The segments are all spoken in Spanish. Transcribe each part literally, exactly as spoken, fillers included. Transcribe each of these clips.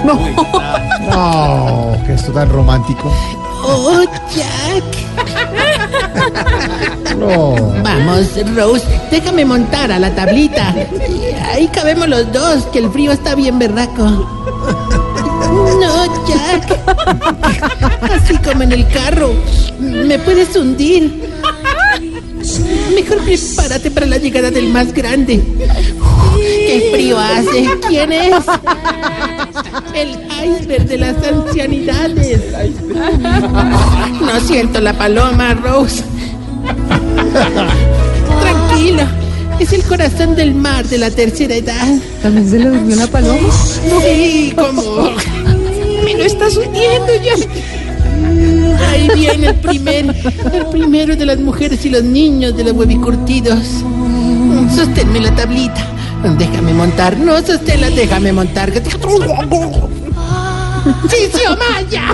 No. No, que esto tan romántico. Oh, Jack. No. Vamos, Rose, déjame montar a la tablita. Ahí cabemos los dos, que el frío está bien berraco. No, Jack. Así como en el carro. Me puedes hundir. Mejor prepárate para la llegada del más grande. ¡Qué frío hace! ¿Quién es? El iceberg de las ancianidades. No siento la paloma, Rose. Tranquilo. Es el corazón del mar de la tercera edad. ¿También se le durmió una paloma? Sí, como... Me lo estás hundiendo ya. Ahí viene el primero, el primero de las mujeres y los niños de los huevicurtidos. Sosténme la tablita. Déjame montar. No, sosténla, déjame montar. ¡Sí, sí, Omaya!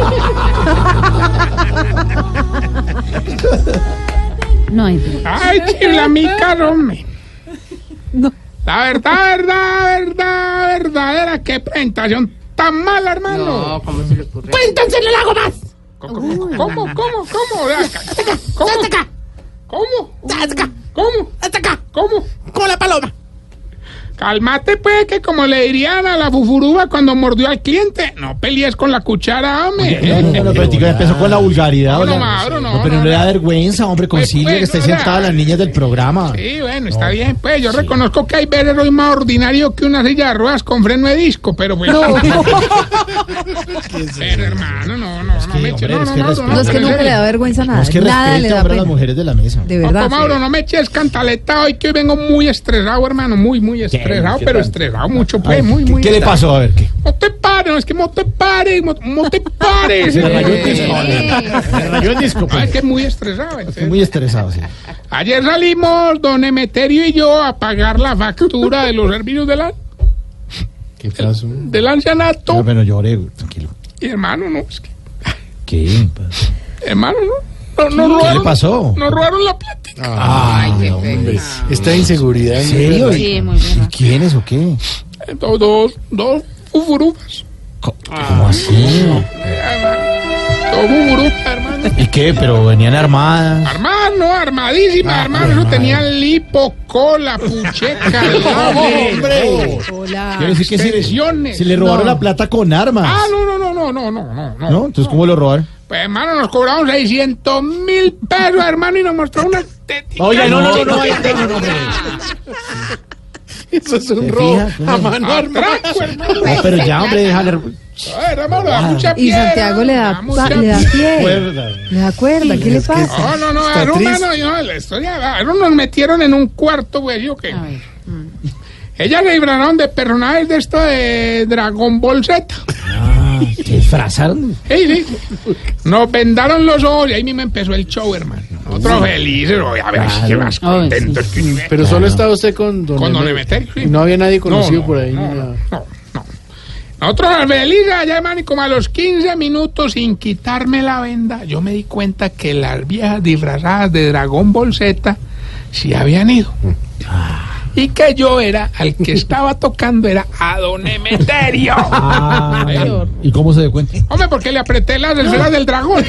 No hay. Ay, chiflamica, hombre. No. La verdad, verdad, verdad, verdadera. Qué presentación tan mala, hermano. No, ¿cómo se le ocurre? Pues entonces no la hago más. ¿Cómo, cómo, cómo, cómo? Ve acá. ¿Cómo? Hasta acá. ¿Cómo? Hasta acá. ¿Cómo? Hasta acá. ¿Cómo? Como la paloma. Cálmate, pues, que como le dirían a la fufuruba cuando mordió al cliente, no pelees con la cuchara, hombre. No, no, no, pero tica, empezó con la vulgaridad. No, no, hola. Mauro, no, No, pero no, no, le da no. vergüenza, hombre, Pues, concilia pues, que esté no, sentada no. las niñas del programa. Sí, bueno, está bien, pues, yo reconozco que hay veces hoy más ordinario que una silla de ruedas con freno de disco, pero bueno. Pero, hermano, no, no, no que, me eche, hombre, no, es no, que no, respeto. no, No, es que pero en nunca le serio. da vergüenza No, nada. es que Nada le respete, da hombre, a las pena. mujeres de la mesa. De Ojo, verdad. Mauro, no me eches cantaleta hoy que hoy vengo muy estresado, hermano, muy, muy estresado, pero estresado mucho, pues, Ay, muy, ¿qué, muy ¿Qué le estresado. pasó? A ver, ¿qué? No te pares, no, es que no te pares, no, no te pares. Se le rayó el disco. Eh, Se le rayó el disco, no, pues. es que es muy estresado. Estoy entonces. muy estresado, sí. Ayer salimos, don Emeterio y yo, a pagar la factura de los servicios de la, ¿Qué pasó? del ancianato. No, pero lloré, tranquilo. Y hermano, no, es que, ¿Qué? hermano, no, no, no ¿Qué robaron, le pasó? nos robaron la plática. Ay, qué hombre. Esta inseguridad. ¿En serio? Sí, muy bien. ¿Y quiénes o qué? Dos, dos, dos fufurubas. Co- ¿Cómo así? Dos fufurubas, hermano. ¿Y qué? ¿Pero venían armadas? Armadas, no, armadísimas, Ah, hermano. Eso madre. tenían lipo, cola, pucheca, ¡Hombre! Hola. Quiere decir que si, extensiones. si le robaron No. la plata con armas. Ah, no, no, no, no, no, no, no, no. ¿No? Entonces, ¿cómo lo robaron? Pues, hermano, nos cobraron seiscientos mil pesos, hermano, y nos mostró una tética. Oye, no, no, no, no, no, no, no, no. Eso es un ¿Se robo fija? ¿Cómo? a mano armada. Atraco, hermano. No, pero ya, hombre, déjale. A ver, hermano, le da mucha Y piedra. Santiago le da, mucha pa- le da pie. Cuerda. Le da cuerda. ¿Qué le pasa? No, no, no, Está hermano, triste. no, la historia, no, nos metieron en un cuarto, güey, yo qué. A ver. Ellas se libraron de personajes de esto de Dragon Ball Z. Ah, ¿te disfrazaron? Sí, sí. Nos vendaron los ojos y ahí mismo empezó el show, hermano. Nosotros felices, oye, a ver, qué más Ay, contentos que uno. Pero solo estaba usted con don Con don Emeterio. Emeterio, sí. Y no había nadie conocido No, no, por ahí. No, ni no, nada. no, no. Nosotros felices allá, hermano, y como a los quince minutos, sin quitarme la venda, yo me di cuenta que las viejas disfrazadas de Dragon Ball Z sí habían ido. Y que yo era, al que estaba tocando era a don Emeterio. Ah, ¿y cómo se dio cuenta? Hombre, porque le apreté las esferas del dragón.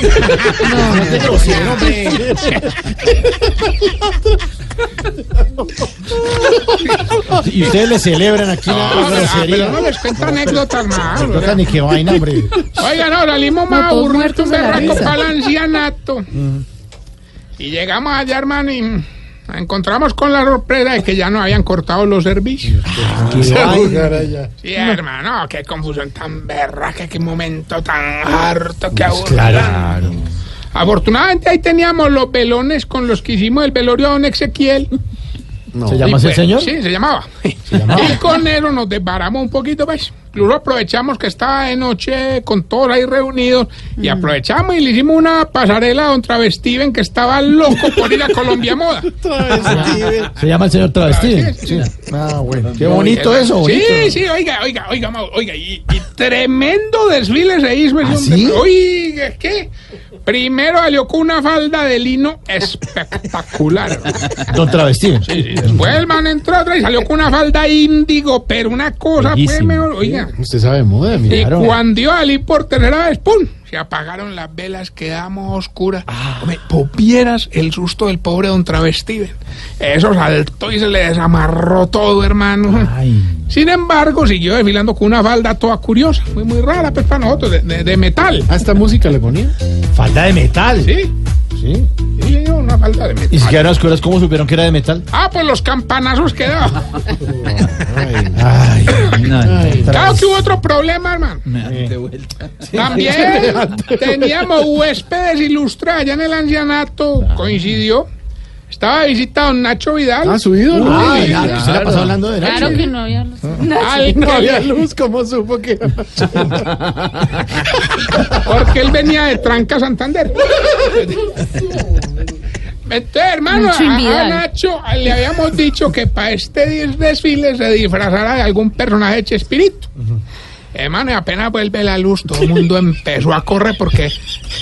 Y ustedes le celebran aquí No, una ah, pero no grosería. les cuento anécdotas más. No toca ni qué vaina, hombre. Oiga, no, salimos más No, todos aburridos que un muertos de la berraco risa. para el ancianato. Y llegamos allá, hermano, y nos encontramos con la sorpresa de que ya no habían cortado los servicios. Qué Se vaina. jugara ya. Sí, hermano, qué confusión tan berraca, qué momento tan harto, qué aburrido. Claro. Afortunadamente ahí teníamos los velones con los que hicimos el velorio a don Ezequiel. ¿Se Y llama así el pues, señor? Sí, se llamaba. llamaba. Y con eso nos desbaramos un poquito, pues. Incluso aprovechamos que estaba de noche con todos ahí reunidos y aprovechamos y le hicimos una pasarela a don Travestiven que estaba loco por ir a Colombia Moda. Travesti. ¿Se llama el señor Travesti? Sí, sí. Ah, bueno. Qué bonito eso, bonito. Sí, sí, oiga, oiga, oiga, Mau, oiga, y, y tremendo desfile se hizo ese ¿Ah, hombre. sí? Oiga, ¿qué? Primero salió con una falda de lino espectacular. Don Travesti. Sí, sí. Después el man entró otra y salió con una falda índigo, pero una cosa fue Bellísimo. mejor. Oiga. Usted sabe moda, Y mira. cuando iba a salir por tercera vez, ¡pum! Se apagaron las velas, quedamos oscuras. Hombre, vieras el susto del pobre don Travesti. Eso saltó y se le desamarró todo, hermano. Ay. Sin embargo, siguió desfilando con una falda toda curiosa, muy, muy rara, pues para nosotros, de, de, de metal. ¿A esta música le ponía? Falda de metal. Sí, Sí. sí, señor, una falda de metal. ¿Y si quedaron oscuras, cómo supieron que era de metal? Ah, pues los campanazos que daba. Ay, Ay. ay. Claro que hubo otro problema, hermano. También teníamos huéspedes ilustrados allá en el ancianato. Coincidió. Estaba visitado Nacho Vidal. Ah, su ídolo. Ay, Sí, claro, ¿usted la pasó hablando de Nacho? Claro que no había luz. al No que había le- luz, ¿cómo supo que...? Porque él venía de Tranca Santander. Entonces, hermano, Nacho a, a Vidal. Nacho le habíamos dicho que para este desfile se disfrazara de algún personaje de Chespirito. Hermano, y apenas vuelve la luz, todo el mundo empezó a correr porque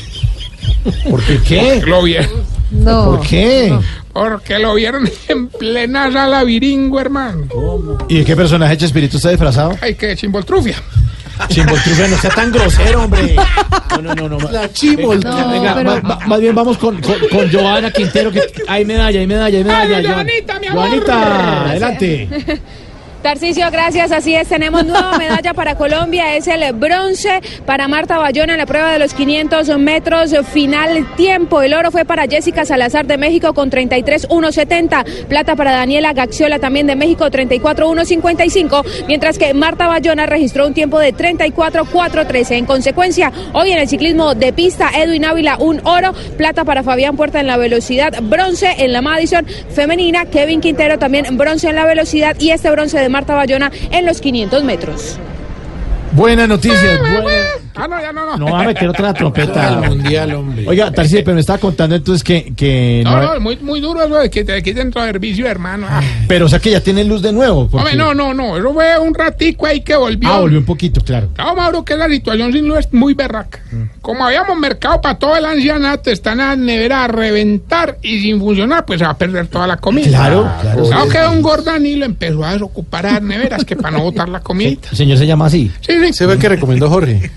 ¿Por qué qué? lo vieron, No. ¿Por qué? porque lo vieron en plena sala viringo, hermano. ¿Y de qué personaje de Chespirito está disfrazado? Ay, qué chimboltrufia. Chimboltrufia, no sea tan grosero, hombre. No, no, no, no. La chimol. No, Venga, pero- ma- ma- más bien vamos con, con, con Joana Quintero, que hay medalla, hay medalla, hay medalla. Ay, Joan- Joanita, mi amor. Joanita, adelante. Tarcisio, gracias. Así es, tenemos nueva medalla para Colombia. Es el bronce para Marta Bayona en la prueba de los quinientos metros final tiempo. El oro fue para Jessica Salazar de México con treinta y tres uno setenta. Plata para Daniela Gaxiola también de México, treinta y cuatro uno cincuenta y cinco. Mientras que Marta Bayona registró un tiempo de treinta y cuatro cuatro trece. En consecuencia, hoy en el ciclismo de pista, Edwin Ávila un oro. Plata para Fabián Puerta en la velocidad. Bronce en la Madison femenina. Kevin Quintero también bronce en la velocidad. Y este bronce de Marta Bayona en los quinientos metros. Buenas noticias. buena- Ah, no, ya no, no. No va a meter otra trompeta. Al mundial, hombre. Oiga, Tarcísio, pero me estaba contando entonces que... que No, no- no, muy, muy duro eso de que te quiten todo servicio, hermano. Ah. Pero o sea que ya tiene luz de nuevo. porque- Hombre, no, no, no, eso fue un ratico ahí que volvió. Ah, volvió un poquito, claro. Claro, Mauro, que la situación sin luz es muy berraca. Como habíamos mercado para todo el ancianato, están las neveras a reventar y sin funcionar, pues se va a perder toda la comida. Claro, claro. Claro que don Gordanilo empezó a desocupar a las neveras que para no botar la comida. El señor se llama así. Sí, sí. Se ve que recomendó Jorge.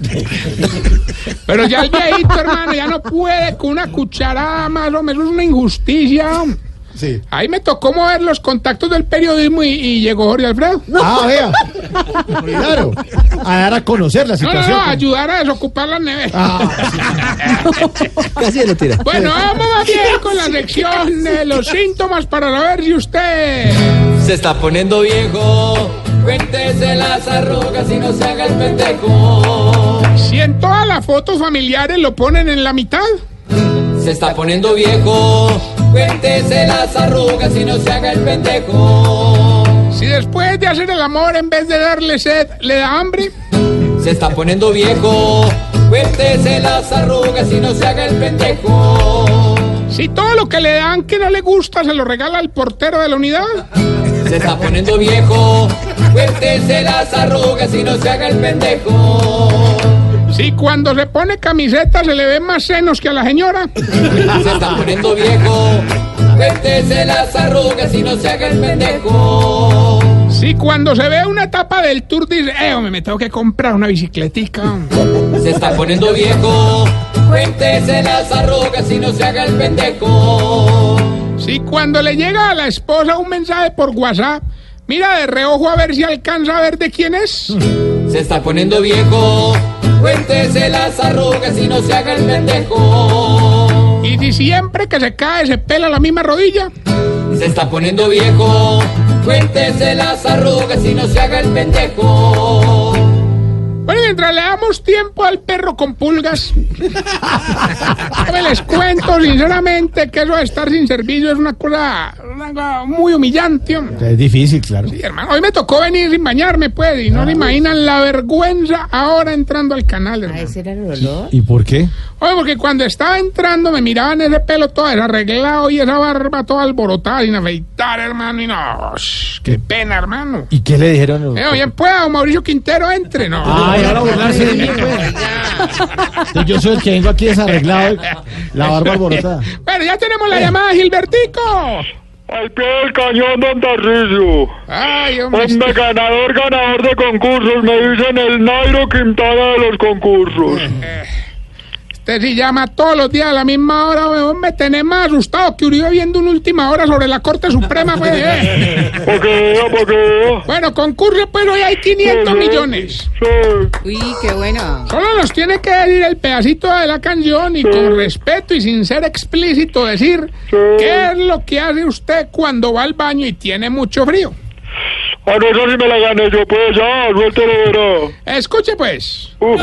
Pero ya el viejito, hermano, ya no puede con una cucharada más o menos, es una injusticia. Sí. Ahí me tocó mover los contactos del periodismo y, y llegó Jorge Alfredo. Ah, vea. Claro. A dar a conocer la No, no, situación. no, ayudar a desocupar las neveras. Ah, Casi lo tira. Bueno, vamos más bien con la sección de los síntomas para saber si usted... Se está poniendo viejo, cuéntese las arrugas y no se haga el pendejo. Si en todas las fotos familiares lo ponen en la mitad. Se está poniendo viejo, cuéntese las arrugas y no se haga el pendejo. Si después de hacer el amor, en vez de darle sed, le da hambre. Se está poniendo viejo, cuéntese las arrugas y no se haga el pendejo. Si todo lo que le dan que no le gusta se lo regala al portero de la unidad. Se está poniendo viejo, cuéntese las arrugas y no se haga el pendejo. Si cuando se pone camiseta se le ven más senos que a la señora. Se está poniendo viejo, cuéntese las arrugas y no se haga el pendejo. Si cuando se ve una tapa del tour dice, eh, hombre, me tengo que comprar una bicicletica. Se está poniendo viejo, cuéntese las arrugas y no se haga el pendejo. Si cuando le llega a la esposa un mensaje por WhatsApp, mira de reojo a ver si alcanza a ver de quién es. Se está poniendo viejo, cuéntese las arrugas y no se haga el pendejo. Y si siempre que se cae se pela la misma rodilla. Se está poniendo viejo, cuéntese las arrugas y no se haga el pendejo. Bueno, mientras le damos tiempo al perro con pulgas, me les cuento sinceramente que eso de estar sin servicio es una cosa algo muy humillante, hombre. Es difícil, claro. Sí, hermano, hoy me tocó venir sin bañarme, pues, y no se imaginan la vergüenza ahora entrando al canal, hermano. ¿Ese era el olor? ¿Y por qué? Oye, porque cuando estaba entrando me miraban ese pelo todo desarreglado y esa barba toda alborotada sin afeitar, hermano, y no, shh, qué pena, hermano. ¿Y qué le dijeron? Eh, oye, pueda, Mauricio Quintero, entre, no. Ay, ahora burlarse de mí, pues. Entonces, yo soy el que vengo aquí desarreglado, la barba alborotada. Bueno, ya tenemos la llamada de Gilbertico. Al pie del cañón, don Tarcisio. Ay, hombre. Hombre, ganador, ganador de concursos. Me dicen el Nairo Quintana de los concursos. Usted sí llama todos los días a la misma hora, weón. Me tenés más asustado que Uribe viendo una última hora sobre la Corte Suprema, pues. Eh. ¿Por qué vea, por qué vea? Bueno, concurso, pues hoy hay quinientos millones. Sí. Uy, qué bueno. Solo nos tiene que decir el pedacito de la canción y con respeto y sin ser explícito decir qué es lo que hace usted cuando va al baño y tiene mucho frío. Ah, no, eso sí me la gané yo, pues ya, suéltelo, verá. Escuche, pues. Uf.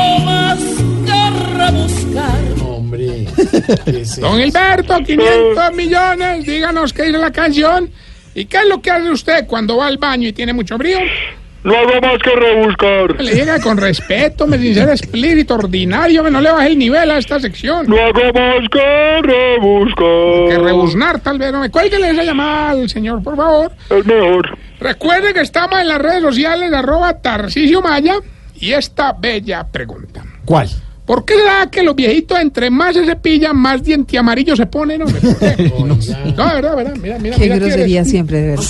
Hombre. Don Gilberto, quinientos millones, díganos qué dice la canción y qué es lo que hace usted cuando va al baño y tiene mucho frío. No hago más que rebuscar. Le diga con respeto, me sin ser explícito, ordinario, que no le baje el nivel a esta sección. No hago más que rebuscar. Que rebuznar, tal vez. No me cuélguele esa llamada al señor, por favor. Es mejor. Recuerde que estamos en las redes sociales, arroba Tarcisio Maya, y esta bella pregunta. ¿Cuál? ¿Por qué será que los viejitos entre más se cepillan, más diente amarillo se ponen? Hombre? ¿Por qué? No, de verdad, verdad. Mira, mira, Qué mira grosería siempre, de verdad.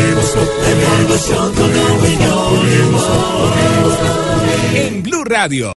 En Blue Radio.